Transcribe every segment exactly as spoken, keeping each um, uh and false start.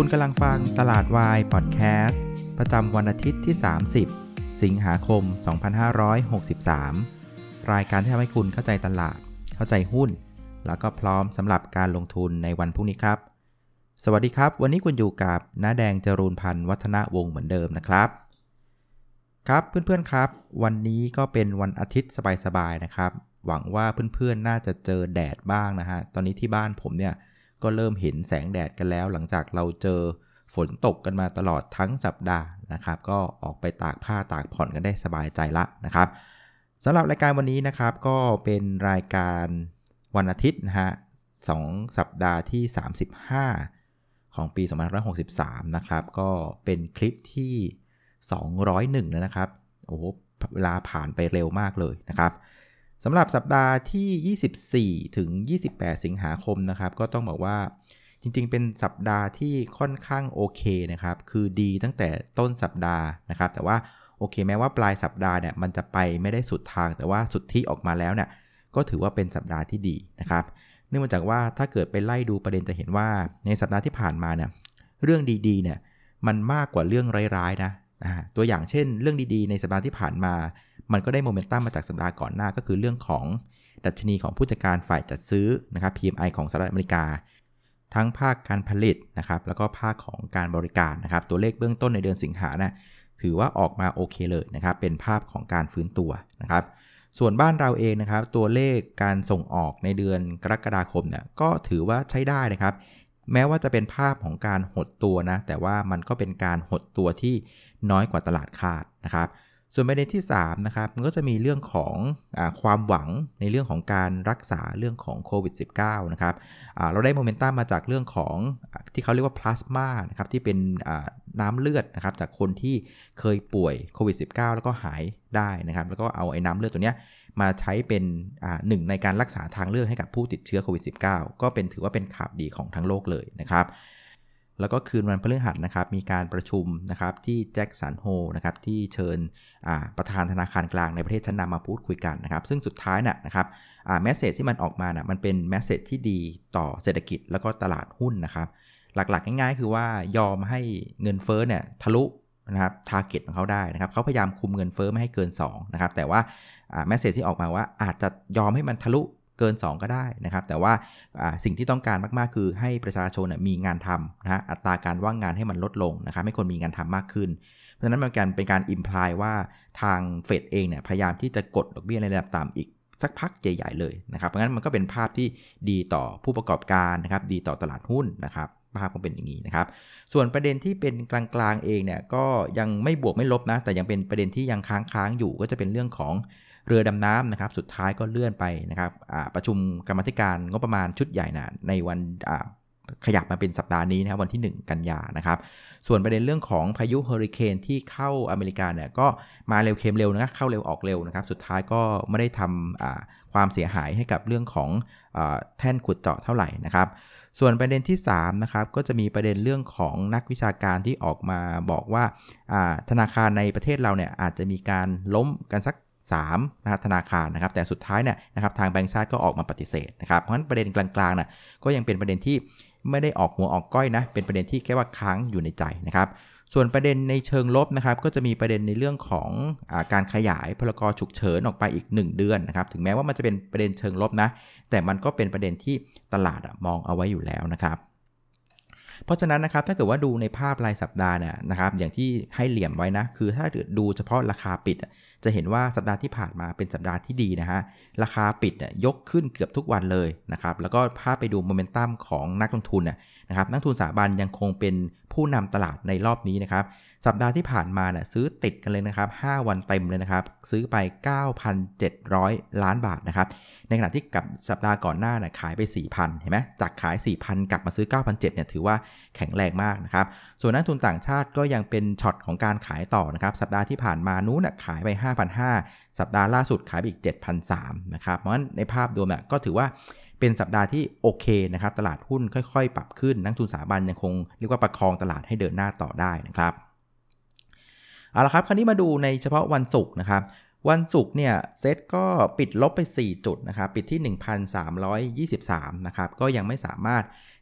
คุณกำลังฟังตลาดวายพอดแคสต์ประจำวันอาทิตย์ที่สามสิบสิงหาคมสองพันห้าร้อยหกสิบสามรายการที่ทำให้คุณเข้าใจตลาดเข้าใจหุ้นแล้วก็พร้อมสำหรับการลงทุนในวันพรุ่งนี้ครับสวัสดีครับวันนี้คุณอยู่กับน้าแดงจรูนพันธ์วัฒนวงศ์เหมือนเดิมนะครับครับเพื่อนๆครับวันนี้ก็เป็นวันอาทิตย์สบายๆนะครับหวังว่าเพื่อนๆน่าจะเจอแดดบ้างนะฮะตอนนี้ที่บ้านผมเนี่ยก็เริ่มเห็นแสงแดดกันแล้วหลังจากเราเจอฝนตกกันมาตลอดทั้งสัปดาห์นะครับก็ออกไปตากผ้าตากผ่อนกันได้สบายใจละนะครับสำหรับรายการวันนี้นะครับก็เป็นรายการวันอาทิตย์นะฮะสองสัปดาห์ที่สามสิบห้าของปีสองพันห้าร้อยหกสิบสามนะครับก็เป็นคลิปที่สองร้อยเอ็ดแล้วนะครับโอ้โหเวลาผ่านไปเร็วมากเลยนะครับสำหรับสัปดาห์ที่ยี่สิบสี่ถึงยี่สิบแปดสิงหาคมนะครับก็ต้องบอกว่าจริงๆเป็นสัปดาห์ที่ค่อนข้างโอเคนะครับคือดีตั้งแต่ต้นสัปดาห์นะครับแต่ว่าโอเคแม้ว่าปลายสัปดาห์เนี่ยมันจะไปไม่ได้สุดทางแต่ว่าสุดที่ออกมาแล้วเนี่ยก็ถือว่าเป็นสัปดาห์ที่ดีนะครับเนื่องมาจากว่าถ้าเกิดไปไล่ดูประเด็นจะเห็นว่าในสัปดาห์ที่ผ่านมาเนี่ยเรื่องดีๆเนี่ยมันมากกว่าเรื่องร้ายๆนะตัวอย่างเช่นเรื่องดีๆในสัปดาห์ที่ผ่านมามันก็ได้โมเมนตัมมาจากสัปดาห์ก่อนหน้าก็คือเรื่องของดัชนีของผู้จัดการฝ่ายจัดซื้อนะครับ พี เอ็ม ไอ ของสหรัฐอเมริกาทั้งภาคการผลิตนะครับแล้วก็ภาคของการบริการนะครับตัวเลขเบื้องต้นในเดือนสิงหานะถือว่าออกมาโอเคเลยนะครับเป็นภาพของการฟื้นตัวนะครับส่วนบ้านเราเองนะครับตัวเลขการส่งออกในเดือนกรกฎาคมเนี่ยก็ถือว่าใช้ได้นะครับแม้ว่าจะเป็นภาพของการหดตัวนะแต่ว่ามันก็เป็นการหดตัวที่น้อยกว่าตลาดคาดนะครับส่วนประเด็นที่สามนะครับมันก็จะมีเรื่องของอ่าความหวังในเรื่องของการรักษาเรื่องของโควิด สิบเก้า นะครับอ่าเราได้โมเมนตัมมาจากเรื่องของที่เขาเรียกว่าพลาสมานะครับที่เป็นอ่าน้ำเลือดนะครับจากคนที่เคยป่วยโควิด สิบเก้า แล้วก็หายได้นะครับแล้วก็เอาไอ้น้ำเลือดตัวเนี้ยมาใช้เป็นอ่าหนึ่งในการรักษาทางเลือกให้กับผู้ติดเชื้อโควิด สิบเก้า ก็เป็นถือว่าเป็นข่าวดีของทั้งโลกเลยนะครับแล้วก็คืนวันพฤหัสนะครับมีการประชุมนะครับที่แจ็คสันโฮนะครับที่เชิญประธานธนาคารกลางในประเทศชั้นนำมาพูดคุยกันนะครับซึ่งสุดท้ายน่ะนะครับแมสเสจที่มันออกมาน่ะมันเป็นแมสเสจที่ดีต่อเศรษฐกิจแล้วก็ตลาดหุ้นนะครับหลักๆง่ายๆคือว่ายอมให้เงินเฟ้อเนี่ยทะลุนะครับทาร์เก็ตของเขาได้นะครับเขาพยายามคุมเงินเฟ้อไม่ให้เกินสองนะครับแต่ว่าแมสเสจที่ออกมาว่าอาจจะยอมให้มันทะลุเกินสองก็ได้นะครับแต่ว่าสิ่งที่ต้องการมากๆคือให้ประชาชนมีงานทำนะฮะอัตราการว่างงานให้มันลดลงนะครับให้คนมีงานทำมากขึ้นเพราะฉะนั้นมันการเป็นการอิมพลายว่าทางเฟดเองเนี่ยพยายามที่จะกดดอกเบี้ยในระดับต่ำอีกสักพักใหญ่ๆเลยนะครับเพราะฉะนั้นมันก็เป็นภาพที่ดีต่อผู้ประกอบการนะครับดีต่อตลาดหุ้นนะครับภาพก็เป็นอย่างนี้นะครับส่วนประเด็นที่เป็นกลางๆเองเนี่ยก็ยังไม่บวกไม่ลบนะแต่ยังเป็นประเด็นที่ยังค้างๆอยู่ก็จะเป็นเรื่องของเรือดำน้ำนะครับสุดท้ายก็เลื่อนไปนะครับประชุมกรรมธิการงบประมาณชุดใหญ่นะในวันขยับมาเป็นสัปดาห์นี้นะครับวันที่หนึ่งกันยานะครับส่วนประเด็นเรื่องของพายุเฮอริเคนที่เข้าอเมริกาเนี่ยก็มาเร็วเค็มเร็วนะเข้าเร็วออกเร็วนะครับสุดท้ายก็ไม่ได้ทำความเสียหายให้กับเรื่องของแท่นขุดเจาะเท่าไหร่นะครับส่วนประเด็นที่สามนะครับก็จะมีประเด็นเรื่องของนักวิชาการที่ออกมาบอกว่าธนาคารในประเทศเราเนี่ยอาจจะมีการล้มกันสักสามนะครับธนาคารนะครับแต่สุดท้ายเนี่ยนะครับทางแบงก์ชาติก็ออกมาปฏิเสธนะครับเพราะฉะนั้นประเด็นกลางๆน่ะก็ยังเป็นประเด็นที่ไม่ได้ออกหัวออกก้อยนะเป็นประเด็นที่แค่ว่าค้างอยู่ในใจนะครับส่วนประเด็นในเชิงลบนะครับก็จะมีประเด็นในเรื่องของอ่าการขยายพรกฉุกเฉินออกไปอีกหนึ่งเดือนนะครับถึงแม้ว่ามันจะเป็นประเด็นเชิงลบนะแต่มันก็เป็นประเด็นที่ตลาดมองเอาไว้อยู่แล้วนะครับเพราะฉะนั้นนะครับถ้าเกิดว่าดูในภาพรายสัปดาห์เนี่ยนะครับอย่างที่ให้เหลี่ยมไว้นะคือถ้าดูเฉพาะราคาปิดจะเห็นว่าสัปดาห์ที่ผ่านมาเป็นสัปดาห์ที่ดีนะฮะราคาปิดยกขึ้นเกือบทุกวันเลยนะครับแล้วก็ภาพไปดูโมเมนตัมของนักลงทุนนะครับนักทุนสถาบันยังคงเป็นผู้นำตลาดในรอบนี้นะครับสัปดาห์ที่ผ่านมาเนี่ยซื้อติดกันเลยนะครับห้าวันเต็มเลยนะครับซื้อไป เก้าพันเจ็ดร้อย ล้านบาทนะครับในขณะที่กับสัปดาห์ก่อนหน้าเนี่ยขายไป สี่พัน เห็นไหมจากขาย สี่พัน กลับมาซื้อ เก้าพันเจ็ดร้อย เนี่ยถือว่าแข็งแรงมากนะครับส่วนนักทุนต่างชาติก็ยังเป็นช็อตของการขายต่อนะครับสัปดาห์ที่ผ่านมานู้นขายไป ห้าพันห้าร้อย สัปดาห์ล่าสุดขายไปอีก เจ็ดพันสามร้อย นะครับเพราะฉะนั้นในภาพรวมเนี่ยก็ถือว่าเป็นสัปดาห์ที่โอเคนะครับตลาดหุ้นค่อยๆปรับขึ้นนักทุนสถาบันยังคงเรียกว่าประคองตลาดให้เดินหน้าต่อได้นะครับเอาละครับคราวนี้มาดูในเฉพาะวันศุกร์นะครับวันศุกร์เนี่ยเซ็ตก็ปิดลบไปสี่จุดนะครับปิดที่ หนึ่งพันสามร้อยยี่สิบสาม นะครับก็ยังไม่สามารถ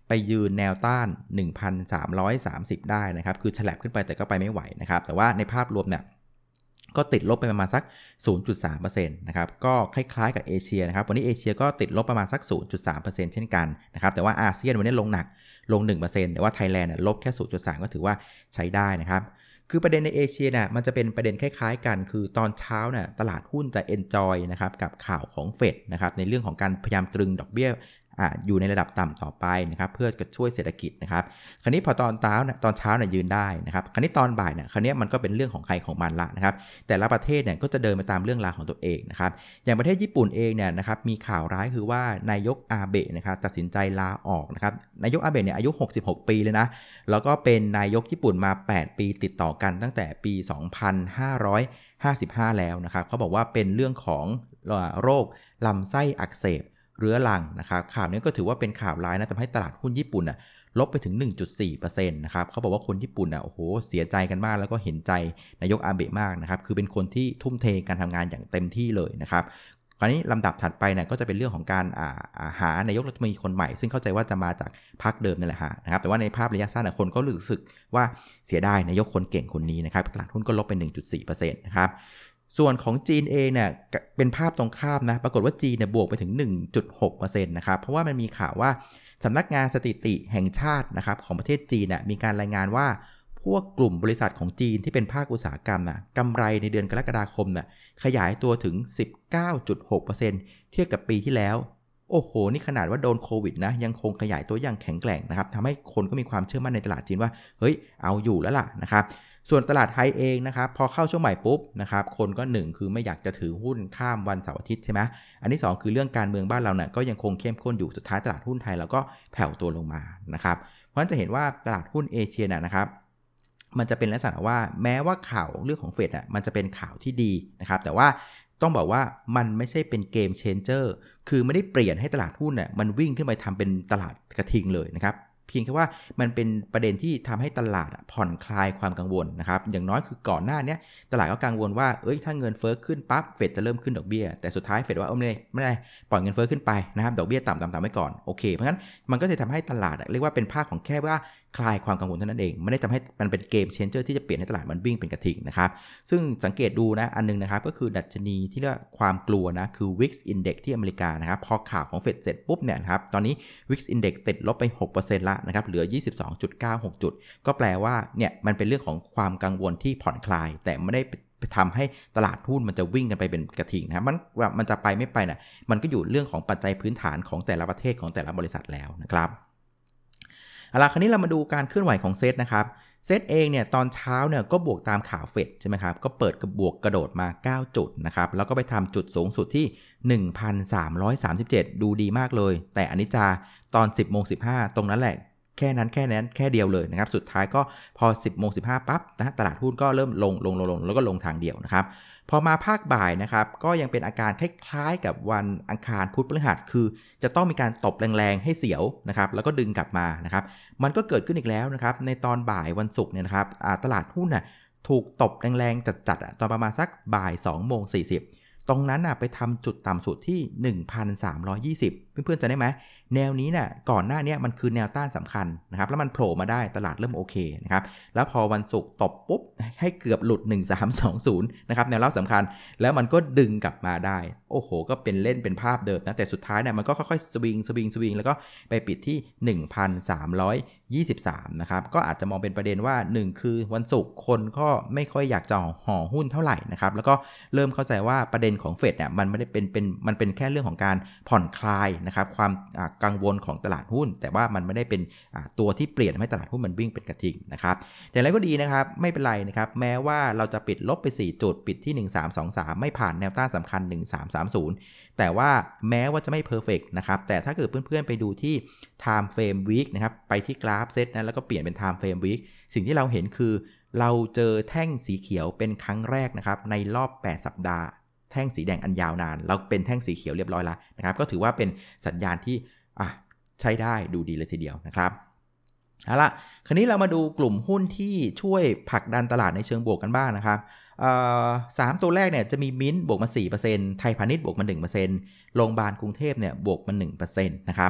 ไปยืนแนวต้าน หนึ่งพันสามร้อยสามสิบ ได้นะครับคือฉลับขึ้นไปแต่ก็ไปไม่ไหวนะครับแต่ว่าในภาพรวมเนี่ยก็ติดลบไปประมาณสัก ศูนย์จุดสามเปอร์เซ็นต์ นะครับก็คล้ายๆกับเอเชียนะครับวันนี้เอเชียก็ติดลบประมาณสัก ศูนย์จุดสามเปอร์เซ็นต์ เช่นกันนะครับแต่ว่าอาเซียนวันนี้ลงหนักลง หนึ่งเปอร์เซ็นต์ แต่ว่าไทยแลนด์ลบแค่ ศูนย์จุดสาม ก็ถือว่าใช้ได้นะครับคือประเด็นในเอเชียเนี่ยมันจะเป็นประเด็นคล้ายๆกันคือตอนเช้าเนี่ยตลาดหุ้นจะเอนจอยนะครับกับข่าวของเฟดนะครับในเรื่องของการพยายามตรึงดอกเบี้ยอ่าอยู่ในระดับต่ำต่อไปนะครับเพื่อจะช่วยเศรษฐกิจนะครับคราวนี้พอตอนเช้าเนี่ยตอนเช้าเนี่ยยืนได้นะครับคราวนี้ตอนบ่ายเนี่ยคราวนี้มันก็เป็นเรื่องของใครของมันละนะครับแต่ละประเทศเนี่ยก็จะเดินไปตามเรื่องราวของตัวเองนะครับอย่างประเทศญี่ปุ่นเองเนี่ยนะครับมีข่าวร้ายคือว่านายกอาเบะนะครับตัดสินใจลาออกนะครับนายกอาเบะเนี่ยอายุหกสิบหกปีเลยนะแล้วก็เป็นนายกญี่ปุ่นมาแปดปีติดต่อกันตั้งแต่ปีสองพันห้าร้อยห้าสิบห้าแล้วนะครับเขาบอกว่าเป็นเรื่องของโรคลำไส้อักเสบเรื้อรังนะครับข่าวนี้ก็ถือว่าเป็นข่าวร้ายนะทำให้ตลาดหุ้นญี่ปุ่นน่ะลบไปถึง หนึ่งจุดสี่เปอร์เซ็นต์ นะครับเขาบอกว่าคนญี่ปุ่นน่ะโอ้โหเสียใจกันมากแล้วก็เห็นใจนายกอาเบะมากนะครับคือเป็นคนที่ทุ่มเทการทำงานอย่างเต็มที่เลยนะครับคราวนี้ลำดับถัดไปเนี่ยก็จะเป็นเรื่องของการอ่าหานายกรัฐมนตรีคนใหม่ซึ่งเข้าใจว่าจะมาจากพรรคเดิมนั่นแหละฮะนะครับแต่ว่าในภาพระยะสั้นคนก็รู้สึกว่าเสียดายนายกคนเก่งคนนี้นะครับตลาดหุ้นก็ลบไป หนึ่งจุดสี่เปอร์เซ็นต์ นะครับส่วนของจีนเองเนี่ยเป็นภาพตรงข้ามนะปรากฏว่าจีนเนี่ยบวกไปถึง หนึ่งจุดหกเปอร์เซ็นต์ นะครับเพราะว่ามันมีข่าวว่าสำนักงานสถิติแห่งชาตินะครับของประเทศจีนน่ะมีการรายงานว่าพวกกลุ่มบริษัทของจีนที่เป็นภาคอุตสาหกรรมน่ะกำไรในเดือนกรกฎาคมน่ะขยายตัวถึง สิบเก้าจุดหกเปอร์เซ็นต์ เทียบกับปีที่แล้วโอ้โหนี่ขนาดว่าโดนโควิดนะยังคงขยายตัวอย่างแข็งแกร่งนะครับทำให้คนก็มีความเชื่อมั่นในตลาดจีนว่าเฮ้ยเอาอยู่แล้วล่ะนะครับส่วนตลาดไทยเองนะครับพอเข้าช่วงใหม่ปุ๊บนะครับคนก็หนึ่งคือไม่อยากจะถือหุ้นข้ามวันเสาร์อาทิตย์ใช่ไหมอันที่สองคือเรื่องการเมืองบ้านเราเนี่ยก็ยังคงเข้มข้นอยู่สุดท้ายตลาดหุ้นไทยเราก็แผ่วตัวลงมานะครับเพราะฉะนั้นจะเห็นว่าตลาดหุ้นเอเชียนะครับมันจะเป็นลักษณะว่าแม้ว่าข่าวเรื่องของเฟดอ่ะมันจะเป็นข่าวที่ดีนะครับแต่ว่าต้องบอกว่ามันไม่ใช่เป็นเกมเชนเจอร์คือไม่ได้เปลี่ยนให้ตลาดหุ้นน่ะมันวิ่งขึ้นไปทำเป็นตลาดกระทิงเลยนะครับเพียงแค่ว่ามันเป็นประเด็นที่ทำให้ตลาดผ่อนคลายความกังวลนะครับอย่างน้อยคือก่อนหน้านี้ตลาดก็กังวลว่าเอ้ยถ้าเงินเฟ้อขึ้นปั๊บเฟดจะเริ่มขึ้นดอกเบี้ยแต่สุดท้ายเฟดว่าเออไม่ได้ไม่ได้ปล่อยเงินเฟ้อขึ้นไปนะครับดอกเบี้ยต่ำๆๆไว้ก่อนโอเคเพราะงั้นมันก็จะทำให้ตลาดเรียกว่าเป็นภาพของแค่ว่าคลายความกังวลเท่านั้นเองไม่ได้ทำให้มันเป็นเกมเชนเจอร์ที่จะเปลี่ยนให้ตลาดมันวิ่งเป็นกระทิงนะครับซึ่งสังเกตดูนะอันนึงนะครับก็คือดัชนีที่เรียกความกลัวนะคือ วี ไอ เอ็กซ์ Index ที่อเมริกานะครับพอข่าวของเฟดเสร็จปุ๊บเนี่ยครับตอนนี้ วี ไอ เอ็กซ์ Index ติดลบไป หกเปอร์เซ็นต์ ละนะครับเหลือ ยี่สิบสองจุดเก้าหก จุดก็แปลว่าเนี่ยมันเป็นเรื่องของความกังวลที่ผ่อนคลายแต่ไม่ได้ไปทำให้ตลาดหุ้นมันจะวิ่งกันไปเป็นกระทิงนะครับมันว่ามันจะไปไม่ไปนะมันก็อยู่เรื่องของปัจจัยพื้นฐานของแต่ละประเทศของแต่ละบริษัทแล้วนะครับเอาล่ะคราวนี้เรามาดูการเคลื่อนไหวของเซตนะครับเซตเองเนี่ยตอนเช้าเนี่ยก็บวกตามข่าวเฟดใช่ไหมครับก็เปิดกระบวกกระโดดมาเก้าจุดนะครับแล้วก็ไปทำจุดสูงสุดที่ หนึ่งพันสามร้อยสามสิบเจ็ด ดูดีมากเลยแต่อันนี้จะตอน สิบโมงสิบห้า ตรงนั้นแหละแค่นั้นแค่นั้นแค่เดียวเลยนะครับสุดท้ายก็พอ สิบโมงสิบห้า ปั๊บนะตลาดหุ้นก็เริ่มลงลงลงลงแล้วก็ลงทางเดียวนะครับพอมาภาคบ่ายนะครับก็ยังเป็นอาการคล้ายๆกับวันอังคารพุธพฤหัสคือจะต้องมีการตบแรงๆให้เสียวนะครับแล้วก็ดึงกลับมานะครับมันก็เกิดขึ้นอีกแล้วนะครับในตอนบ่ายวันศุกร์เนี่ยนะครับตลาดหุ้นน่ะถูกตบแรงๆจัดๆตอนประมาณสักบ่าย สองโมงสี่สิบ ตรงนั้นน่ะไปทำจุดต่ำสุดที่ หนึ่งพันสามร้อยยี่สิบ เพื่อนๆจะได้ไหมแนวนี้น่ะก่อนหน้านี้มันคือแนวต้านสำคัญนะครับแล้วมันโผล่มาได้ตลาดเริ่มโอเคนะครับแล้วพอวันศุกร์ตบปุ๊บให้เกือบหลุดหนึ่งพันสามร้อยยี่สิบนะครับแนวรับสำคัญแล้วมันก็ดึงกลับมาได้โอ้โหก็เป็นเล่นเป็นภาพเดิมนะแต่สุดท้ายเนี่ยมันก็ค่อยๆสวิงสวิงสวิงแล้วก็ไปปิดที่ หนึ่งพันสามร้อยยี่สิบสาม นะครับก็อาจจะมองเป็นประเด็นว่าหนึ่งคือวันศุกร์คนก็ไม่ค่อยอยากจะห่อหุ้นเท่าไหร่นะครับแล้วก็เริ่มเข้าใจว่าประเด็นของเฟดเนี่ยมันไม่ได้เป็นเป็นมันเป็นแค่เรื่องของการผ่อนคลายนะครับความกังวลของตลาดหุ้นแต่ว่ามันไม่ได้เป็นตัวที่เปลี่ยนให้ตลาดหุ้นมันวิ่งเป็นกระทิงนะครับแต่อะไรก็ดีนะครับไม่เป็นไรนะครับแม้ว่าเราจะปิดลบไปสี่จุดปิดที่หนึ่งพันสามร้อยยี่สิบสามไม่ผ่านแนวต้านสำคัญหนึ่งพันสามร้อยสามสิบแต่ว่าแม้ว่าจะไม่เพอร์เฟกต์นะครับแต่ถ้าเกิดเพื่อนๆไปดูที่ time frame week นะครับไปที่กราฟเซตนะแล้วก็เปลี่ยนเป็น time frame week สิ่งที่เราเห็นคือเราเจอแท่งสีเขียวเป็นครั้งแรกนะครับในรอบแปดสัปดาห์แท่งสีแดงอันยาวนานเราเป็นแท่งสีเขียวเรียบร้อยแล้วนะครับก็ถือว่าเป็นสัญญาณที่อ่ะใช้ได้ดูดีเลยทีเดียวนะครับเอาล่ะคราวนี้เรามาดูกลุ่มหุ้นที่ช่วยผลักดันตลาดในเชิงบวกกันบ้างนะครับสามตัวแรกเนี่ยจะมีมิ้นท์บวกมา สี่เปอร์เซ็นต์ ไทยพาณิชย์บวกมา หนึ่งเปอร์เซ็นต์ โรงพยาบาลกรุงเทพเนี่ยบวกมา หนึ่งเปอร์เซ็นต์ นะครับ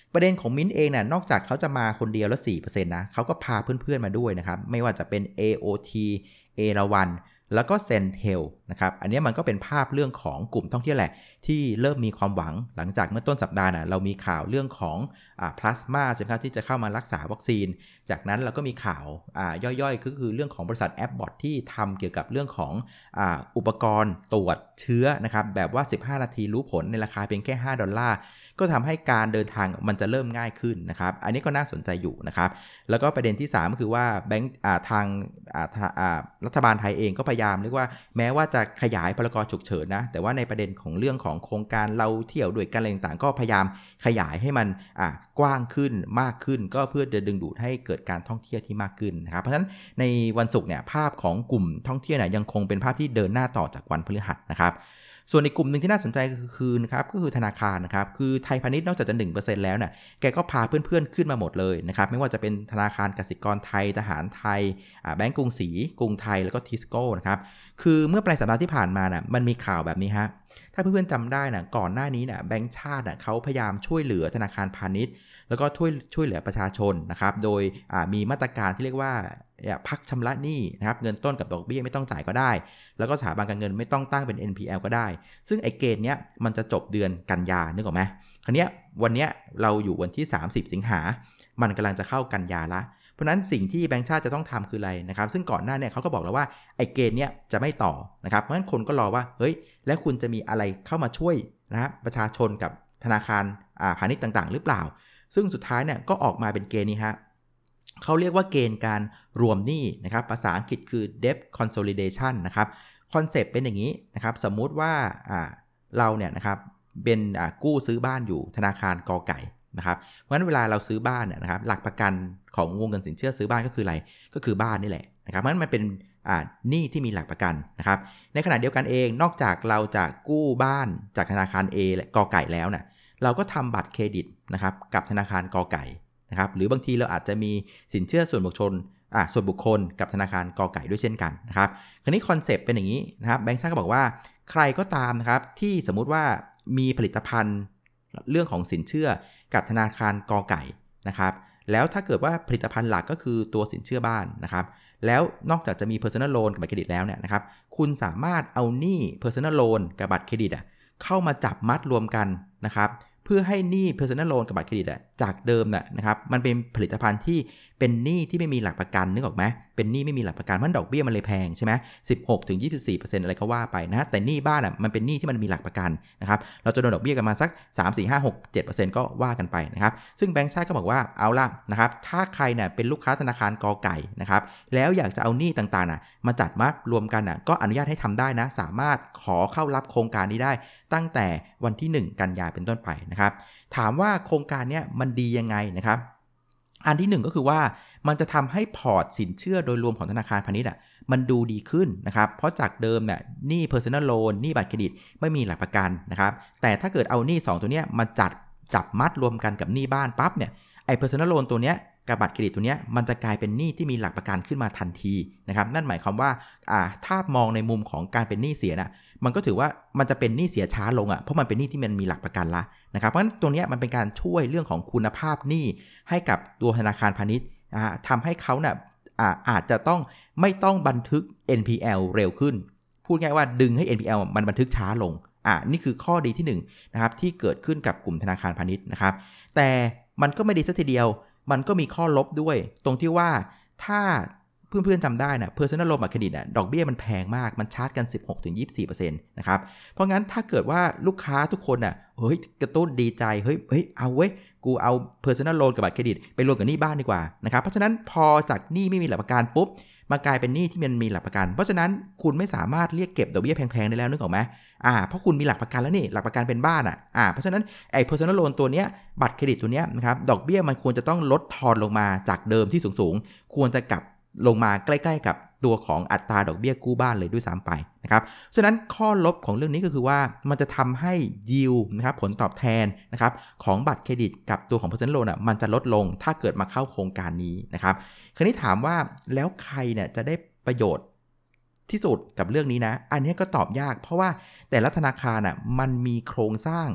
ประเด็นของมิ้นเองเนี่ยนอกจากเขาจะมาคนเดียวแล้ว สี่เปอร์เซ็นต์ นะเขาก็พาเพื่อนๆมาด้วยนะครับไม่ว่าจะเป็น เอ โอ ที เอราวัณแล้วก็เซนเทลนะครับอันนี้มันก็เป็นภาพเรื่องของกลุ่มท่องเที่ยวแหละที่เริ่มมีความหวังหลังจากเมื่อต้นสัปดาห์นะเรามีข่าวเรื่องของอ่าพลาสมาใช่ไหมครับที่จะเข้ามารักษาวัคซีนจากนั้นเราก็มีข่าวอ่าย่อยๆก็คือเรื่องของบริษัทแอปบอทที่ทำเกี่ยวกับเรื่องของอ่าอุปกรณ์ตรวจเชื้อนะครับแบบว่าสิบห้านาทีรู้ผลในราคาเพียงแค่ห้าดอลลาร์ก็ทำให้การเดินทางมันจะเริ่มง่ายขึ้นนะครับอันนี้ก็น่าสนใจอยู่นะครับแล้วก็ประเด็นที่สามก็คือว่าแบงก์ทางรัฐบาลไทยเองก็พยายามเรียกว่าแม้ว่าจะขยายพรกฉุกเฉินนะแต่ว่าในประเด็นของเรื่องของโครงการเราเที่ยวด้วยกันอะไรต่างๆก็พยายามขยายให้มันกว้างขึ้นมากขึ้นก็เพื่อจะดึงดูดให้เกิดการท่องเที่ยวที่มากขึ้นนะครับเพราะฉะนั้นในวันศุกร์เนี่ยภาพของกลุ่มท่องเที่ยวเนี่ยยังคงเป็นภาพที่เดินหน้าต่อจากวันพฤหัสนะครับส่วนในกลุ่มหนึ่งที่น่าสนใจคือนะครับก็คือธนาคารนะครับคือไทยพาณิชย์นอกจากจะ หนึ่งเปอร์เซ็นต์ แล้วเนี่ยแกก็พาเพื่อนๆขึ้นมาหมดเลยนะครับไม่ว่าจะเป็นธนาคารกสิกรไทยทหารไทยแบงก์กรุงศรีกรุงไทยแล้วก็ทิสโก้นะครับคือเมื่อปลายสัปดาห์ที่ผ่านมาน่ะมันมีข่าวแบบนี้ฮะถ้าเพื่อนๆจำได้น่ะก่อนหน้านี้น่ะแบงก์ชาติน่ะเขาพยายามช่วยเหลือธนาคารพาณิชย์แล้วก็ช่วยช่วยเหลือประชาชนนะครับโดยมีมาตรการที่เรียกว่าพักชำระหนี้นะครับเงินต้นกับดอกเบี้ยไม่ต้องจ่ายก็ได้แล้วก็สถาบันการเงินไม่ต้องตั้งเป็น เอ็น พี แอล ก็ได้ซึ่งไอ้เกณฑ์เนี้ยมันจะจบเดือนกันยานึกออกไหมคราวเนี้ยวันเนี้ยเราอยู่วันที่สามสิบสิงหามันกำลังจะเข้ากันยาละเพราะนั้นสิ่งที่แบงก์ชาติจะต้องทำคืออะไรนะครับซึ่งก่อนหน้าเนี่ยเขาก็บอกแล้วว่าไอ้เกณฑ์เนี้ยจะไม่ต่อนะครับเพราะฉะนั้นคนก็รอว่าเฮ้ยแล้วคุณจะมีอะไรเข้ามาช่วยนะครับประชาชนกับธนาคารพาณิชย์ต่างๆหรือเปล่าซึ่งสุดท้ายเนี่ยก็ออกมาเป็นเกณฑ์นี้ฮะเขาเรียกว่าเกณฑ์การรวมหนี้นะครับภาษาอังกฤษคือ debt consolidation นะครับคอนเซปต์เป็นอย่างนี้นะครับสมมุติว่าเราเนี่ยนะครับเป็นกู้ซื้อบ้านอยู่ธนาคารกอไก่นะครับเพราะฉะนั้นเวลาเราซื้อบ้านเนี่ยนะครับหลักประกันของวงเงินสินเชื่อซื้อบ้านก็คืออะไรก็คือบ้านนี่แหละนะครับเพราะฉะนั้นมันเป็นหนี้ที่มีหลักประกันนะครับในขณะเดียวกันเองนอกจากเราจะกู้บ้านจากธนาคาร A และกอไก่แล้วเนี่ยเราก็ทำบัตรเครดิตนะครับกับธนาคารกอไก่นะครับหรือบางทีเราอาจจะมีสินเชื่อส่วนบุคคลอ่ะส่วนบุคคลกับธนาคารกอไก่ด้วยเช่นกันนะครับคราวนี้คอนเซปต์เป็นอย่างนี้นะครับแบงก์ชาติก็บอกว่าใครก็ตามนะครับที่สมมุติว่ามีผลิตภัณฑ์เรื่องของสินเชื่อกับธนาคารกอไก่นะครับแล้วถ้าเกิดว่าผลิตภัณฑ์หลักก็คือตัวสินเชื่อบ้านนะครับแล้วนอกจากจะมี personal loan กับบัตรเครดิตแล้วเนี่ยนะครับคุณสามารถเอาหนี้ personal loan กับบัตรเครดิตอ่ะเข้ามาจับมัดรวมกันนะครับเพื่อให้หนี้ personal loan กับบัตรเครดิตอ่ะจากเดิมน่ะนะครับมันเป็นผลิตภัณฑ์ที่เป็นหนี้ที่ไม่มีหลักประกันนึกออกไหมเป็นหนี้ไม่มีหลักประกันเพราะดอกเบี้ยมันเลยแพงใช่ไหม สิบหกถึงยี่สิบสี่เปอร์เซ็นต์ อะไรก็ว่าไปนะแต่หนี้บ้านอ่ะมันเป็นหนี้ที่มันมีหลักประกันนะครับเราจะโดนดอกเบี้ยกันมาสัก สาม สี่ ห้า หก เจ็ดเปอร์เซ็นต์ ก็ว่ากันไปนะครับซึ่งแบงก์ชาติก็บอกว่าเอาล่ะนะครับถ้าใครเนี่ยเป็นลูกค้าธนาคารกอไก่นะครับแล้วอยากจะเอาหนี้ต่างๆน่ะมาจัดมัดรวมกันน่ะก็อนุญาตให้ทำได้นะสามารถขอเข้ารับโครงการนี้ได้ตั้งแต่วันที่หนึ่งกันยายนเป็นต้นไปนะครับถามว่าโครงการนี้มันดียังไงนะครับอันที่หนึ่งก็คือว่ามันจะทำให้พอร์ตสินเชื่อโดยรวมของธนาคารพาณิชย์อ่ะมันดูดีขึ้นนะครับเพราะจากเดิมเนี่ยหนี้ personal loan หนี้บัตรเครดิตไม่มีหลักประกันนะครับแต่ถ้าเกิดเอาหนี้สองตัวเนี้ยมาจัดจับมัดรวมกันกับหนี้บ้านปั๊บเนี่ยไอ้ personal loan ตัวเนี้ยกับบัตรเครดิตตัวเนี้ยมันจะกลายเป็นหนี้ที่มีหลักประกันขึ้นมาทันทีนะครับนั่นหมายความว่าอ่าถ้ามองในมุมของการเป็นหนี้เสียน่ะมันก็ถือว่ามันจะเป็นหนี้เสียช้าลงอ่ะเพราะมันเป็นหนี้ที่มันมีหลักประกันละนะครับเพราะฉะนั้นตัวเนี้ยมันเป็นการช่วยเรื่องของคุณภาพหนี้ให้กับตัวธนาคารพาณิชย์นะฮะทำให้เขาเนี่ย อา, อาจจะต้องไม่ต้องบันทึก เอ็น พี แอล เร็วขึ้นพูดง่ายว่าดึงให้ เอ็น พี แอล มันบันทึกช้าลงอ่ะนี่คือข้อดีที่หนึ่งนะครับที่เกิดขึ้นกับกลุ่มธนาคารพาณิชย์นะครับแต่มันก็ไม่ดีซะทีเดียวมันก็มีข้อลบด้วยตรงที่ว่าถ้าเพื่อนๆจำได้นะ personal loan บัตรเครดิตอ่ะดอกเบี้ยมันแพงมากมันชาร์จกัน สิบหกถึงยี่สิบสี่เปอร์เซ็นต์ นะครับเพราะงั้นถ้าเกิดว่าลูกค้าทุกคนอ่ะเฮ้ยกระตุ้นดีใจเฮ้ยเฮ้ยเอาเว้ยกูเอา personal loan กับบัตรเครดิตไปรวมกับหนี้บ้านดีกว่านะครับเพราะฉะนั้นพอจากหนี้ไม่มีหลักประกันปุ๊บมากลายเป็นหนี้ที่มันมีหลักประกันเพราะฉะนั้นคุณไม่สามารถเรียกเก็บดอกเบี้ยแพงๆได้แล้วนึกออกไหมอ่าเพราะคุณมีหลักประกันแล้วนี่หลักประกันเป็นบ้านอ่ะอ่าเพราะฉะนั้นไอ้ personal loan ตัวเนี้ยบัตรเครดิตตัวเนี้ยนะครับดอกเบี้ยมันควรจะต้องลดทอนลงมาจากเดิมที่สูงๆควรจะกลับลงมาใกล้ๆกับตัวของอัตราดอกเบี้ยกู้บ้านเลยด้วยซ้ำไปนะครับฉะนั้นข้อลบของเรื่องนี้ก็คือว่ามันจะทำให้ yield นะครับผลตอบแทนนะครับของบัตรเครดิตกับตัวของ personal loan อ่ะมันจะลดลงถ้าเกิดมาเข้าโครงการนี้นะครับคราวนี้ถามว่าแล้วใครเนี่ยจะได้ประโยชน์ที่สุดกับเรื่องนี้นะอันนี้ก็ตอบยากเพราะว่าแต่ละธนาคารอ่ะมันมีโครงสร้าง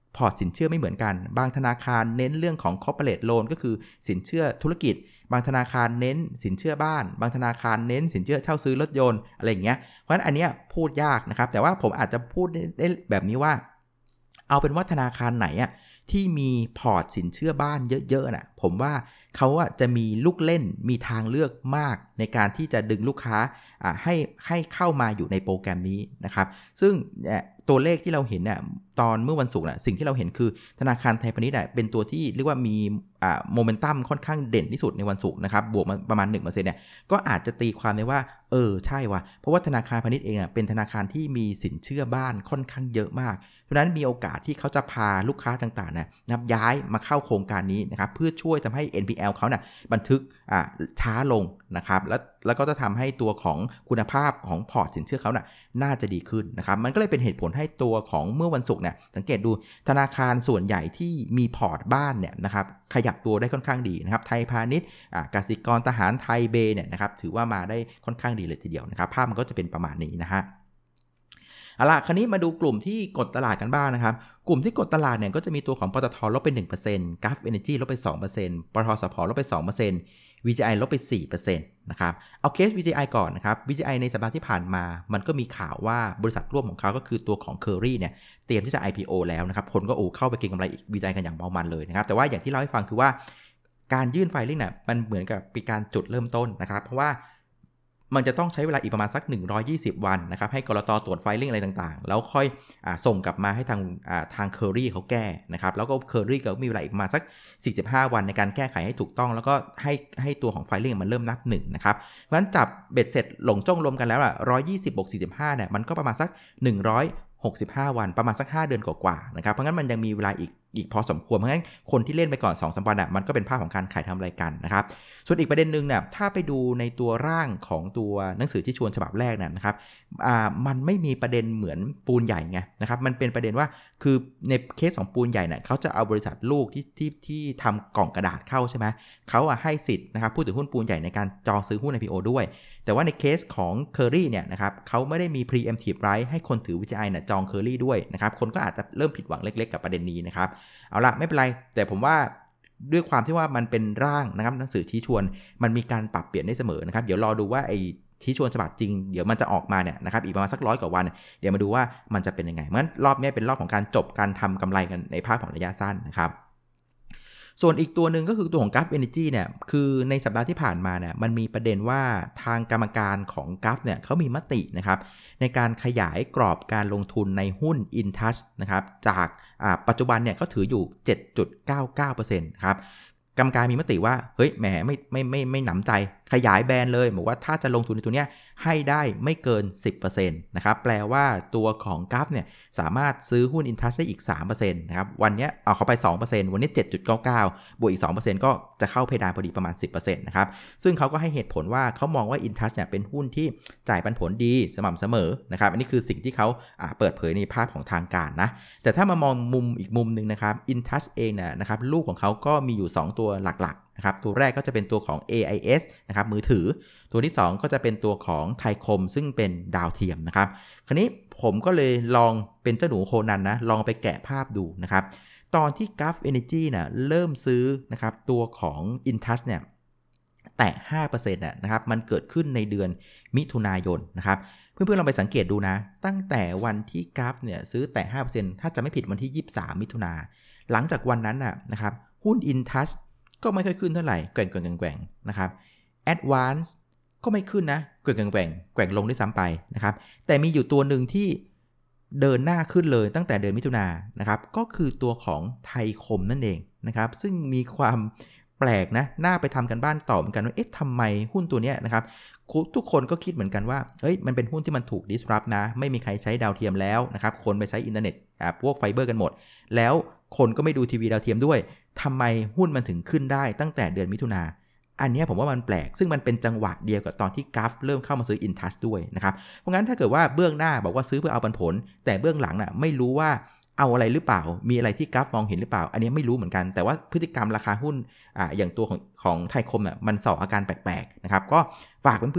พอร์ตสินเชื่อไม่เหมือนกันบางธนาคารเน้นเรื่องของ corporate loan ก็คือสินเชื่อธุรกิจบางธนาคารเน้นสินเชื่อบ้านบางธนาคารเน้นสินเชื่อเช่าซื้อรถยนต์อะไรอย่างเงี้ยเพราะฉะนั้นอันเนี้ยพูดยากนะครับแต่ว่าผมอาจจะพูดได้แบบนี้ว่าเอาเป็นว่าธนาคารไหนอ่ะที่มีพอร์ตสินเชื่อบ้านเยอะๆน่ะผมว่าเขาอ่ะจะมีลูกเล่นมีทางเลือกมากในการที่จะดึงลูกค้าอ่าให้ให้เข้ามาอยู่ในโปรแกรมนี้นะครับซึ่งตัวเลขที่เราเห็นเนี่ยตอนเมื่อวันศุกร์น่ะสิ่งที่เราเห็นคือธนาคารไทยพาณิชย์เป็นตัวที่เรียกว่ามีอ่าโมเมนตัมค่อนข้างเด่นที่สุดในวันศุกร์นะครับบวกมาประมาณ หนึ่งเปอร์เซ็นต์ เนี่ยก็อาจจะตีความได้ว่าเออใช่ว่ะเพราะว่าธนาคารพาณิชย์เองอ่ะเป็นธนาคารที่มีสินเชื่อบ้านค่อนข้างเยอะมากเพราะฉะนั้นมีโอกาสที่เขาจะพาลูกค้าต่างๆนะนับย้ายมาเข้าโครงการนี้นะครับเพื่อช่วยทำให้ เอ็น พี แอล เขาเนี่ยบันทึกอ่าช้าลงนะครับแล้วแล้วก็จะทำให้ตัวของคุณภาพของพอร์ตสินเชื่อเขาน่ะน่าจะดีขึ้นนะครับมันก็เลยเป็นเหตุผลให้ตัวของเมื่อวันศุกร์เนี่ยสังเกตดูธนาคารส่วนใหญ่ที่มีพอร์ตบ้านเนี่ยนะครับขยับตัวได้ค่อนข้างดีนะครับไทยพาณิชย์อ่ากสิกรทหารไทยเบเนี่ยนะครับถือว่ามาได้ค่อนข้างดีเลยทีเดียวนะครับภาพมันก็จะเป็นประมาณนี้นะฮะเอาล่ะคราวนี้มาดูกลุ่มที่กดตลาดกันบ้างนะครับกลุ่มที่กดตลาดเนี่ยก็จะมีตัวของปตท.ลบไป หนึ่งเปอร์เซ็นต์ Gulf Energy ลบไป สองเปอร์เซ็นต์ ปตท.สผ.ลบไป สองเปอร์เซ็นต์ วี จี ไอ ลบไป สี่เปอร์เซ็นต์ นะครับเอาเคส วี จี ไอ ก่อนนะครับ วี จี ไอ ในสัปดาห์ที่ผ่านมามันก็มีข่าวว่าบริษัทร่วมของเขาก็คือตัวของ Curry เนี่ยเตรียมที่จะ ไอ พี โอ แล้วนะครับคนก็โอ้เข้าไปเก็งกำไร วี จี ไอ กันอย่างเมามันเลยนะครับแต่ว่าอย่างที่เล่าให้ฟังคือว่าการยื่นไฟลิ่งเนี่ยมันเหมือนกับเป็นการจุดเริ่มต้นนะครับเพราะว่ามันจะต้องใช้เวลาอีกประมาณสักหนึ่งร้อยยี่สิบวันนะครับให้กลต.ตรวจไฟลิ่งอะไรต่างๆแล้วค่อยอ่าส่งกลับมาให้ทางอ่าทาง Curry เขาแก้นะครับแล้วก็ Curry ก็มีเวลาอีกประมาณสักสี่สิบห้าวันในการแก้ไขให้ถูกต้องแล้วก็ให้ให้ตัวของไฟลิ่งมันเริ่มนับหนึ่งนะครับเพราะฉะนั้นจับเบ็ดเสร็จหลงจ้องรวมกันแล้วอ่ะหนึ่งร้อยยี่สิบบวกสี่สิบห้าเนี่ยมันก็ประมาณสักหนึ่งร้อยหกสิบห้าวันประมาณสักห้าเดือนกว่าๆนะครับเพราะงั้นมันยังมีเวลาอีกอีกพอสมควรเพราะงั้นคนที่เล่นไปก่อน สองถึงสาม วันอ่ะมันก็เป็นภาพของการขายทำรายการนะครับส่วนอีกประเด็นนึงเนี่ยถ้าไปดูในตัวร่างของตัวหนังสือที่ชวนฉบับแรกเนี่ยนะครับอ่ามันไม่มีประเด็นเหมือนปูนใหญ่ไงนะครับมันเป็นประเด็นว่าคือในเคสของปูนใหญ่เนี่ยเขาจะเอาบริษัทลูกที่ที่ที่ทำกล่องกระดาษเข้าใช่ไหมเขาอ่ะให้สิทธิ์นะครับผู้ถือหุ้นปูนใหญ่ในการจองซื้อหุ้น ไอ พี โอ ด้วยแต่ว่าในเคสของ Curry เนี่ยนะครับเขาไม่ได้มี preemptive right ให้คนถือ วี จี ไอ เนี่ยจอง Curry ด้วยนะครับคนก็อาจจะเริ่มผิดหวังเล็กๆกับประเด็นนี้นะครับเอาละไม่เป็นไรแต่ผมว่าด้วยความที่ว่ามันเป็นร่างนะครับหนังสือชี้ชวนมันมีการปรับเปลี่ยนได้เสมอนะครับเดี๋ยวรอดูว่าไอ้ชี้ชวนฉบับจริงเดี๋ยวมันจะออกมาเนี่ยนะครับอีกประมาณสักร้อยกว่าวันเดี๋ยวมาดูว่ามันจะเป็นยังไงเพราะฉะนั้นรอบนี้เป็นรอบของการจบการทำกำไรกันในภาคของระยะสั้นนะครับส่วนอีกตัวหนึ่งก็คือตัวของ Gulf Energy เนี่ยคือในสัปดาห์ที่ผ่านมาเนี่ยมันมีประเด็นว่าทางกรรมการของ Gulf เนี่ยเขามีมตินะครับในการขยายกรอบการลงทุนในหุ้น InTouch นะครับจากปัจจุบันเนี่ยเขาถืออยู่ เจ็ดจุดเก้าเก้าเปอร์เซ็นต์ ครับกรรมการมีมติว่าเฮ้ยแหมไม่ไม่ไม่ไม่หนำใจขยายแบนเลยบอกว่าถ้าจะลงทุนในตัวเนี้ยให้ได้ไม่เกิน สิบเปอร์เซ็นต์ นะครับแปลว่าตัวของ Gulf เนี่ยสามารถซื้อหุ้น InTouch ได้อีก สามเปอร์เซ็นต์ นะครับวันนี้เอาเข้าไป สองเปอร์เซ็นต์ วันนี้ เจ็ดจุดเก้าเก้า บวกอีก สองเปอร์เซ็นต์ ก็จะเข้าเพดานพอดีประมาณ สิบเปอร์เซ็นต์ นะครับซึ่งเขาก็ให้เหตุผลว่าเขามองว่า InTouch เนี่ยเป็นหุ้นที่จ่ายปันผลดีสม่ำเสมอนะครับอันนี้คือสิ่งที่เขาเปิดเผยในภาพของทางการนะแต่ถ้ามามองมุมอีกมุมนึงนะครับ InTouch เองเนี่ยนะครับลูกของเขาก็มีอยู่สองตัวหลักๆนะครับตัวแรกก็จะเป็นตัวของ เอ ไอ เอส นะครับมือถือตัวที่สองก็จะเป็นตัวของไทยคมซึ่งเป็นดาวเทียมนะครับคราวนี้ผมก็เลยลองเป็นเจ้าหนูโคนันนะลองไปแกะภาพดูนะครับตอนที่ Gulf Energy นะเริ่มซื้อนะครับตัวของ InTouch เนี่ยแตะ ห้าเปอร์เซ็นต์ นะนะครับมันเกิดขึ้นในเดือนมิถุนายนนะครับเพื่อนๆลองไปสังเกตดูนะตั้งแต่วันที่ Gulf เนี่ยซื้อแตะ ห้าเปอร์เซ็นต์ ถ้าจะไม่ผิดวันที่ยี่สิบสามมิถุนาหลังจากวันนั้นน่ะนะครับหุ้น InTouch ก็ไม่ค่อยขึ้นเท่าไหร่แกว่งๆๆๆนะครับ Advance ก็ไม่ขึ้นนะแกว่งๆแกว่งลงด้วยซ้ำไปนะครับแต่มีอยู่ตัวหนึ่งที่เดินหน้าขึ้นเลยตั้งแต่เดือนมิถุนายนนะครับก็คือตัวของไทยคมนั่นเองนะครับซึ่งมีความแปลกนะน่าไปทำกันบ้านต่อเหมือนกันว่าเอ๊ะทำไมหุ้นตัวนี้นะครับทุกคนก็คิดเหมือนกันว่าเฮ้ยมันเป็นหุ้นที่มันถูก disrupt นะไม่มีใครใช้ดาวเทียมแล้วนะครับคนไปใช้อินเทอร์เน็ตอ่าพวกไฟเบอร์กันหมดแล้วคนก็ไม่ดูทีวีดาวเทียมด้วยทำไมหุ้นมันถึงขึ้นได้ตั้งแต่เดือนมิถุนาอันนี้ผมว่ามันแปลกซึ่งมันเป็นจังหวะเดียวกับตอนที่ Gulf เริ่มเข้ามาซื้อ InTouch ด้วยนะครับเพราะงั้นถ้าเกิดว่าเบื้องหน้าบอกว่าซื้อเพื่อเอาปันผลแต่เบื้องหลังน่ะไม่รู้ว่าเอาอะไรหรือเปล่ามีอะไรที่ Gulf มองเห็นหรือเปล่าอันนี้ไม่รู้เหมือนกันแต่ว่าพฤติกรรมราคาหุ้นอ่าอย่างตัวของของไทยคมน่ะมันส่ออาการแปลกๆนะครับก็ฝากเพื่อนๆ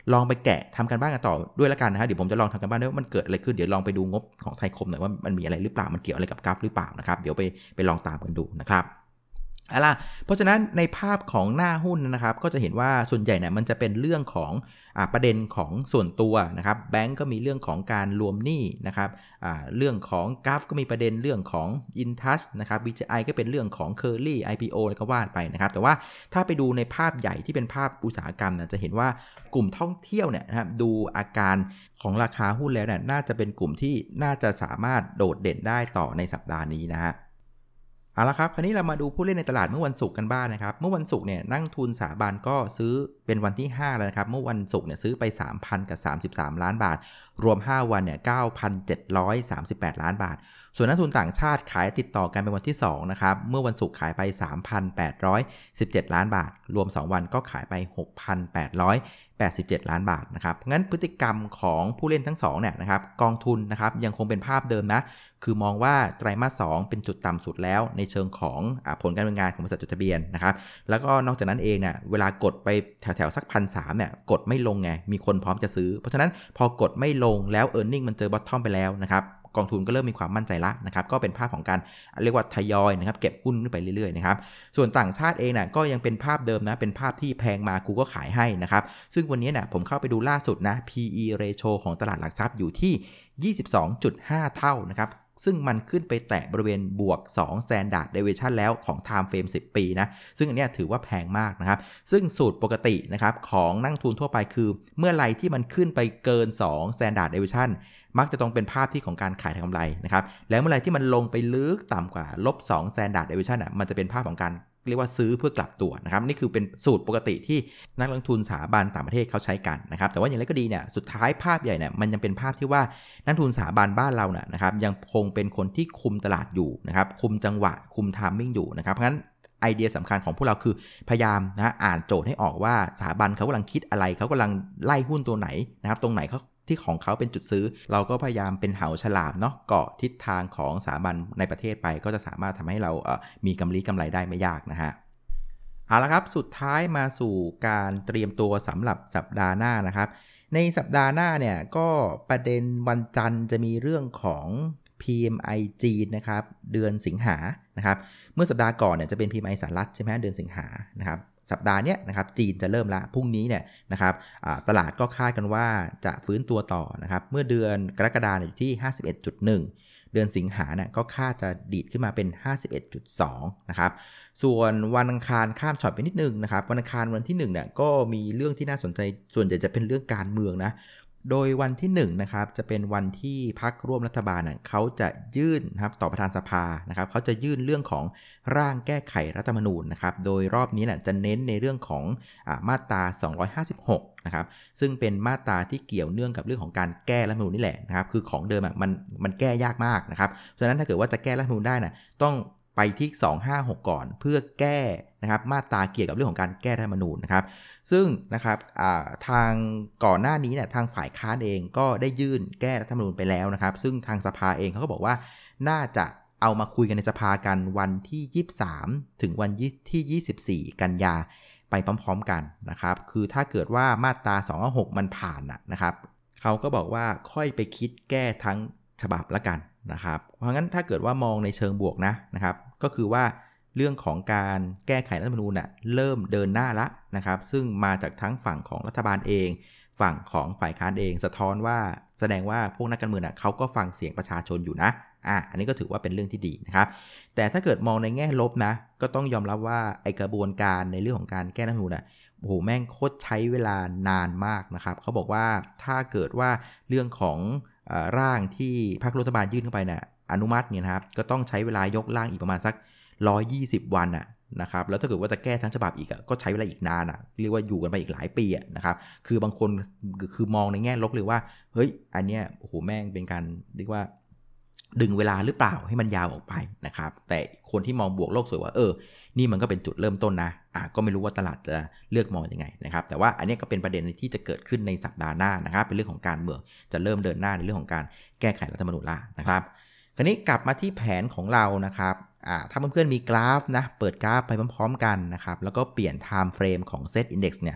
ลองไปแกะทำกันบ้านกันต่อด้วยละกันนะฮะเดี๋ยวผมจะลองทำกันบ้านด้วยว่ามันเกิดอะไรขึ้นเดี๋ยวลองไปดูงบของไทยคมหน่อยว่ามันมีอะไรหรือเปล่ามันเกี่ยวอะไรกับกราฟหรือเปล่านะครับเดี๋ยวไปไปลองตามกันดูนะครับเอาล่ะเพราะฉะนั้นในภาพของหน้าหุ้นนะครับก็จะเห็นว่าส่วนใหญ่เนี่ยมันจะเป็นเรื่องของอ่าประเด็นของส่วนตัวนะครับแบงก์ก็มีเรื่องของการรวมหนี้นะครับอ่าเรื่องของกราฟก็มีประเด็นเรื่องของ InTouch นะครับ บี จี ไอ ก็เป็นเรื่องของ Curly ไอ พี โอ อะไรก็ว่าไปนะครับแต่ว่าถ้าไปดูในภาพใหญ่ที่เป็นภาพอุตสาหกรรมนะจะเห็นว่ากลุ่มท่องเที่ยวเนี่ยนะครับดูอาการของราคาหุ้นแล้วเนี่ยน่าจะเป็นกลุ่มที่น่าจะสามารถโดดเด่นได้ต่อในสัปดาห์นี้นะฮะเอาละครับคราวนี้เรามาดูผู้เล่นในตลาดเมื่อวันศุกร์กันบ้าง น, นะครับเมื่อวันศุกร์เนี่ยนักทุนสถาบันก็ซื้อเป็นวันที่ห้าแล้วนะครับเมื่อวันศุกร์เนี่ยซื้อไป สามพันสามสิบสาม ล้านบาทรวมห้าวันเนี่ย เก้าพันเจ็ดร้อยสามสิบแปด ล้านบาทส่วนนักทุนต่างชาติขายติดต่อกันเป็นวันที่สองนะครับเมื่อวันศุกร์ขายไป สามพันแปดร้อยสิบเจ็ด ล้านบาทรวมสองวันก็ขายไป หกพันแปดร้อยแปดสิบเจ็ด ล้านบาทนะครับงั้นพฤติกรรมของผู้เล่นทั้งสองเนี่ยนะครับกองทุนนะครับยังคงเป็นภาพเดิมนะคือมองว่าไตรมาสสองเป็นจุดต่ำสุดแล้วในเชิงของอ่าผลการดำเนินงานของบริษัทจดทะเบียนนะครับแล้วก็นอกจากนั้นเองเนี่ยเวลากดไปแถวๆสัก หนึ่งพันสามร้อย เนี่ยกดไม่ลงไงมีคนพร้อมจะซื้อเพราะฉะนั้นพอกดไม่ลงแล้ว earning มันเจอบอททอมไปแล้วนะครับกองทุนก็เริ่มมีความมั่นใจละนะครับก็เป็นภาพของการเรียกว่าทยอยนะครับเก็บหุ้นขึ้นไปเรื่อยๆนะครับส่วนต่างชาติเองนะก็ยังเป็นภาพเดิมนะเป็นภาพที่แพงมากูก็ขายให้นะครับซึ่งวันนี้เนี่ยผมเข้าไปดูล่าสุดนะ พี อี ratio ของตลาดหลักทรัพย์อยู่ที่ ยี่สิบสองจุดห้า เท่านะครับซึ่งมันขึ้นไปแตะบริเวณบวกสอง standard deviation แล้วของ time frame สิบ ปีนะซึ่งอันนี้ถือว่าแพงมากนะครับซึ่งสูตรปกตินะครับของนักทุนทั่วไปคือเมื่อไรที่มันขึ้นไปเกินสอง standard deviationมักจะต้องเป็นภาพที่ของการขายทางกำไรนะครับแล้วเมื่อไรที่มันลงไปลึกต่ำกว่าลบสอง standard deviation อ่ะมันจะเป็นภาพของการเรียกว่าซื้อเพื่อกลับตัวนะครับนี่คือเป็นสูตรปกติที่นักลงทุนสถาบันต่างประเทศเขาใช้กันนะครับแต่ว่าอย่างไรก็ดีเนี่ยสุดท้ายภาพใหญ่เนี่ยมันยังเป็นภาพที่ว่านักลงทุนสถาบันบ้านเราเนี่ยนะครับยังคงเป็นคนที่คุมตลาดอยู่นะครับคุมจังหวะคุมไทมิ่งอยู่นะครับเพราะฉะนั้นไอเดียสำคัญของพวกเราคือพยายามนะอ่านโจทย์ให้ออกว่าสถาบันเขากำลังคิดอะไรเขากำลังไล่หุ้นตัวไหนนะครับตรงไหนเขาที่ของเขาเป็นจุดซื้อเราก็พยายามเป็นเหาฉลามเนาะเกาะทิศทางของสถาบันในประเทศไปก็จะสามารถทำให้เราเอ่อมีกำไรกำไรได้ไม่ยากนะฮะเอาละครับสุดท้ายมาสู่การเตรียมตัวสำหรับสัปดาห์หน้านะครับในสัปดาห์หน้าเนี่ยก็ประเด็นวันจันทร์จะมีเรื่องของ พี เอ็ม ไอ จีนนะครับเดือนสิงหานะครับเมื่อสัปดาห์ก่อนเนี่ยจะเป็น พี เอ็ม ไอ สหรัฐใช่ไหมเดือนสิงหานะครับสัปดาห์นี้นะครับจีนจะเริ่มละพรุ่งนี้เนี่ยนะครับตลาดก็คาดกันว่าจะฟื้นตัวต่อนะครับเมื่อเดือนกรกฎาคมอยู่ที่ ห้าสิบเอ็ดจุดหนึ่ง เดือนสิงหาเนี่ยก็คาดจะดีดขึ้นมาเป็น ห้าสิบเอ็ดจุดสอง นะครับส่วนวันอังคารข้ามช็อตไปนิดนึงนะครับวันอังคารวันที่หนึ่งเนี่ยก็มีเรื่องที่น่าสนใจส่วนใหญ่จะเป็นเรื่องการเมืองนะโดยวันที่หนึ่งนะครับจะเป็นวันที่พรรคร่วมรัฐบาลน่ะเขาจะยื่นนะครับต่อประธานสภานะครับเขาจะยื่นเรื่องของร่างแก้ไขรัฐธรรมนูญนะครับโดยรอบนี้น่ะจะเน้นในเรื่องของอ่ามาตราสองร้อยห้าสิบหกนะครับซึ่งเป็นมาตราที่เกี่ยวเนื่องกับเรื่องของการแก้รัฐธรรมนูญนี่แหละนะครับคือของเดิมอ่ะมันมันแก้ยากมากนะครับฉะนั้นถ้าเกิดว่าจะแก้รัฐธรรมนูญได้น่ะต้องไปที่สองร้อยห้าสิบหกก่อนเพื่อแก้นะครับมาตราเกี่ยวกับเรื่องของการแก้รัฐธรรมนูญนะครับซึ่งนะครับทางก่อนหน้านี้เนี่ยทางฝ่ายค้านเองก็ได้ยื่นแก้รัฐธรรมนูญไปแล้วนะครับซึ่งทางสภาเองเขาก็บอกว่าน่าจะเอามาคุยกันในสภากันวันที่ยี่สิบสามถึงวันที่ยี่สิบสี่กันยาไปพร้อมๆกันนะครับคือถ้าเกิดว่ามาตราสองร้อยหกมันผ่านนะครับเขาก็บอกว่าค่อยไปคิดแก้ทั้งฉบับละกันนะครับเพราะงั้นถ้าเกิดว่ามองในเชิงบวกนะนะครับก็คือว่าเรื่องของการแก้ไขรัฐธรรมนูญน่ะเริ่มเดินหน้าละนะครับซึ่งมาจากทั้งฝั่งของรัฐบาลเองฝั่งของฝ่ายค้านเองสะท้อนว่าแสดงว่าพวกนักการเมืองน่ะเขาก็ฟังเสียงประชาชนอยู่นะอ่ะอันนี้ก็ถือว่าเป็นเรื่องที่ดีนะครับแต่ถ้าเกิดมองในแง่ลบนะก็ต้องยอมรับว่าไอกระบวนการในเรื่องของการแก้รัฐธรรมนูญน่ะโอ้โหแม่งโคตรใช้เวลานานมากนะครับเขาบอกว่าถ้าเกิดว่าเรื่องของร่างที่พรรครัฐบาลยื่นเข้าไปเนี่ยอนุมัติเนี่ยนะครับก็ต้องใช้เวลายกร่างอีกประมาณสักหนึ่งร้อยยี่สิบวันน่ะนะครับแล้วถ้าเกิดว่าจะแก้ทั้งฉบับอีกอ่ะก็ใช้เวลาอีกนานอ่ะเรียกว่าอยู่กันไปอีกหลายปีอ่ะนะครับคือบางคนคือมองในแง่ลบเลยว่าเฮ้ยอันเนี้ยโอ้โหแม่งเป็นการเรียกว่าดึงเวลาหรือเปล่าให้มันยาวออกไปนะครับแต่คนที่มองบวกโลกสวยว่าเออนี่มันก็เป็นจุดเริ่มต้นนะอ่ะก็ไม่รู้ว่าตลาดจะเลือกมองยังไงนะครับแต่ว่าอันนี้ก็เป็นประเด็นที่จะเกิดขึ้นในสัปดาห์หน้านะครับเป็นเรื่องของการเมืองจะเริ่มเดินหน้าในเรื่องของการแก้ไขรัฐธรรมนูญละนะครับคราวนี้กลับมาที่แผนของเรานะครับอ่าถ้าเพื่อนๆมีกราฟนะเปิดกราฟไปพร้อมๆกันนะครับแล้วก็เปลี่ยน time frame ของ Set Index เนี่ย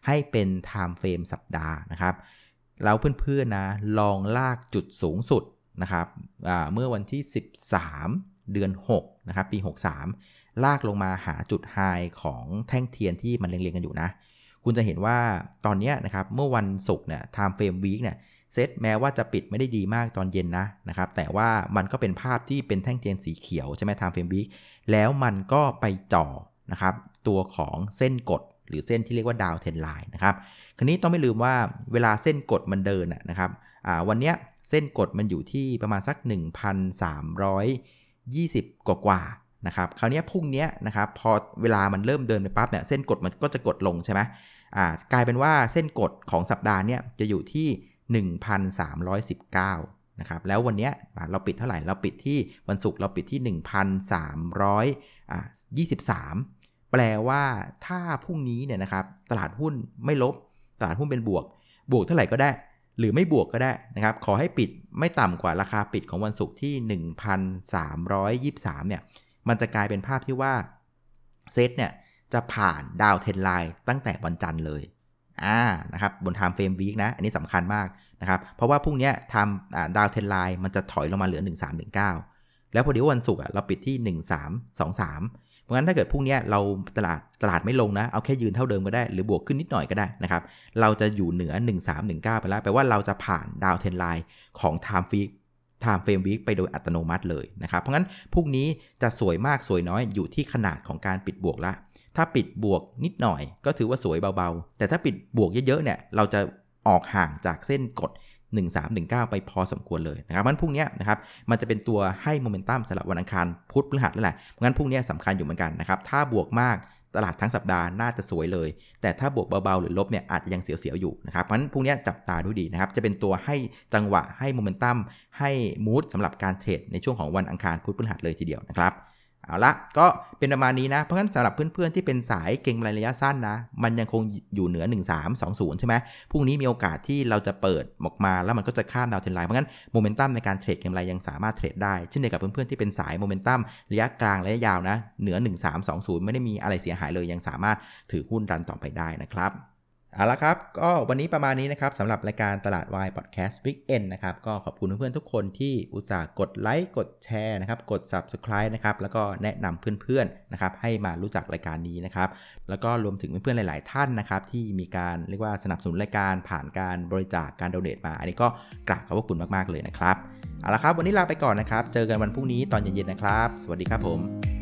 ให้เป็น time frame สัปดาห์นะครับแล้วเพื่อนๆนะลองลากจุดสูงสุดนะครับเมื่อวันที่สิบสามเดือนหกนะครับปีหกสิบสามลากลงมาหาจุดไฮของแท่งเทียนที่มันเรียงๆกันอยู่นะคุณจะเห็นว่าตอนนี้นะครับเมื่อวันศุกร์เนี่ย time frame week เนี่ยเซตแม้ว่าจะปิดไม่ได้ดีมากตอนเย็นนะนะครับแต่ว่ามันก็เป็นภาพที่เป็นแท่งเทียนสีเขียวใช่ไหม time frame week แล้วมันก็ไปจ่อนะครับตัวของเส้นกดหรือเส้นที่เรียกว่าดาวเทรนไลน์นะครับคราวนี้ต้องไม่ลืมว่าเวลาเส้นกดมันเดินนะครับวันนี้เส้นกดมันอยู่ที่ประมาณสัก หนึ่งพันสามร้อยยี่สิบ กว่าๆนะครับคราวนี้พรุ่งนี้นะครับพอเวลามันเริ่มเดินไปปั๊บเนี่ยเส้นกดมันก็จะกดลงใช่ไหมอ่ากลายเป็นว่าเส้นกดของสัปดาห์นี้จะอยู่ที่ หนึ่งพันสามร้อยสิบเก้า นะครับแล้ววันนี้เราปิดเท่าไหร่เราปิดที่วันศุกร์เราปิดที่ หนึ่งพันสามร้อยยี่สิบสาม แปลว่าถ้าพรุ่งนี้เนี่ยนะครับตลาดหุ้นไม่ลบตลาดหุ้นเป็นบวกบวกเท่าไหร่ก็ได้หรือไม่บวกก็ได้นะครับขอให้ปิดไม่ต่ำกว่าราคาปิดของวันศุกร์ที่ หนึ่งพันสามร้อยยี่สิบสาม เนี่ยมันจะกลายเป็นภาพที่ว่าเซตเนี่ยจะผ่านดาวเทรนไลน์ตั้งแต่วันจันทร์เลยอ่านะครับบน time frame week นะอันนี้สำคัญมากนะครับเพราะว่าพรุ่งนี้ time ดาวเทรนไลน์มันจะถอยลงมาเหลือหนึ่งพันสามร้อยสิบเก้าแล้วพอดีวันศุกร์เราปิดที่หนึ่งพันสามร้อยยี่สิบสามเพราะงั้นถ้าเกิดพรุ่งนี้เราตลาดตลาดไม่ลงนะเอาแค่ยืนเท่าเดิมก็ได้หรือบวกขึ้นนิดหน่อยก็ได้นะครับเราจะอยู่เหนือหนึ่งพันสามร้อยสิบเก้าไปแล้วแปลว่าเราจะผ่านดาวเทรนไลน์ของ time frame time frame week ไปโดยอัตโนมัติเลยนะครับเพราะงั้นพรุ่งนี้จะสวยมากสวยน้อยอยู่ที่ขนาดของการปิดบวกละถ้าปิดบวกนิดหน่อยก็ถือว่าสวยเบาๆแต่ถ้าปิดบวกเยอะๆเนี่ยเราจะออกห่างจากเส้นกดหนึ่งพันสามร้อยสิบเก้าไปพอสมควรเลยนะครับเพราะฉะนั้นพรุ่งนี้นะครับมันจะเป็นตัวให้โมเมนตัมสำหรับวันอังคารพุธพฤหัสแล้วแหละเพราะงั้นพรุ่งนี้สำคัญอยู่เหมือนกันนะครับถ้าบวกมากตลาดทั้งสัปดาห์น่าจะสวยเลยแต่ถ้าบวกเบาๆหรือลบเนี่ยอาจจะยังเสียวๆอยู่นะครับเพราะฉะนั้นพรุ่งนี้จับตาดูดีนะครับจะเป็นตัวให้จังหวะให้โมเมนตัมให้มูดสำหรับการเทรดในช่วงของวันอังคารพุธพฤหัสเลยทีเดียวนะครับเอาละก็เป็นประมาณนี้นะเพราะฉะนั้นสำหรับเพื่อนๆที่เป็นสายเก็งระยะสั้นนะมันยังคงอยู่เหนือหนึ่งพันสามร้อยยี่สิใช่ไหมพรุ่งนี้มีโอกาสที่เราจะเปิดออกมาแล้วมันก็จะข้ามดาวเทรนไลน์เพราะงั้นโมเมนตัมในการเทรดเก็งกำไรยังสามารถเทรดได้เช่นเดียวกับเพื่อนๆที่เป็นสายโมเมนตัมระยะกลางระยะยาวนะเหนือหนึ่งพันสามร้อยยี่สิไม่ได้มีอะไรเสียหายเลยยังสามารถถือหุ้นรันต่อไปได้นะครับเอาละครับก็วันนี้ประมาณนี้นะครับสำหรับรายการตลาดวายพอดแคสต์ Weekend นะครับก็ขอบคุณเพื่อนๆทุกคนที่อุตส่าห์กดไลค์กดแชร์นะครับกด Subscribe นะครับแล้วก็แนะนำเพื่อนๆนะครับให้มารู้จักรายการนี้นะครับแล้วก็รวมถึงเพื่อนๆหลายๆท่านนะครับที่มีการเรียกว่าสนับสนุนรายการผ่านการบริจาคการโดเนทมาอันนี้ก็กราบขอบพระคุณมากๆเลยนะครับเอาละครับวันนี้ลาไปก่อนนะครับเจอกันวันพรุ่งนี้ตอนเย็นๆนะครับสวัสดีครับผม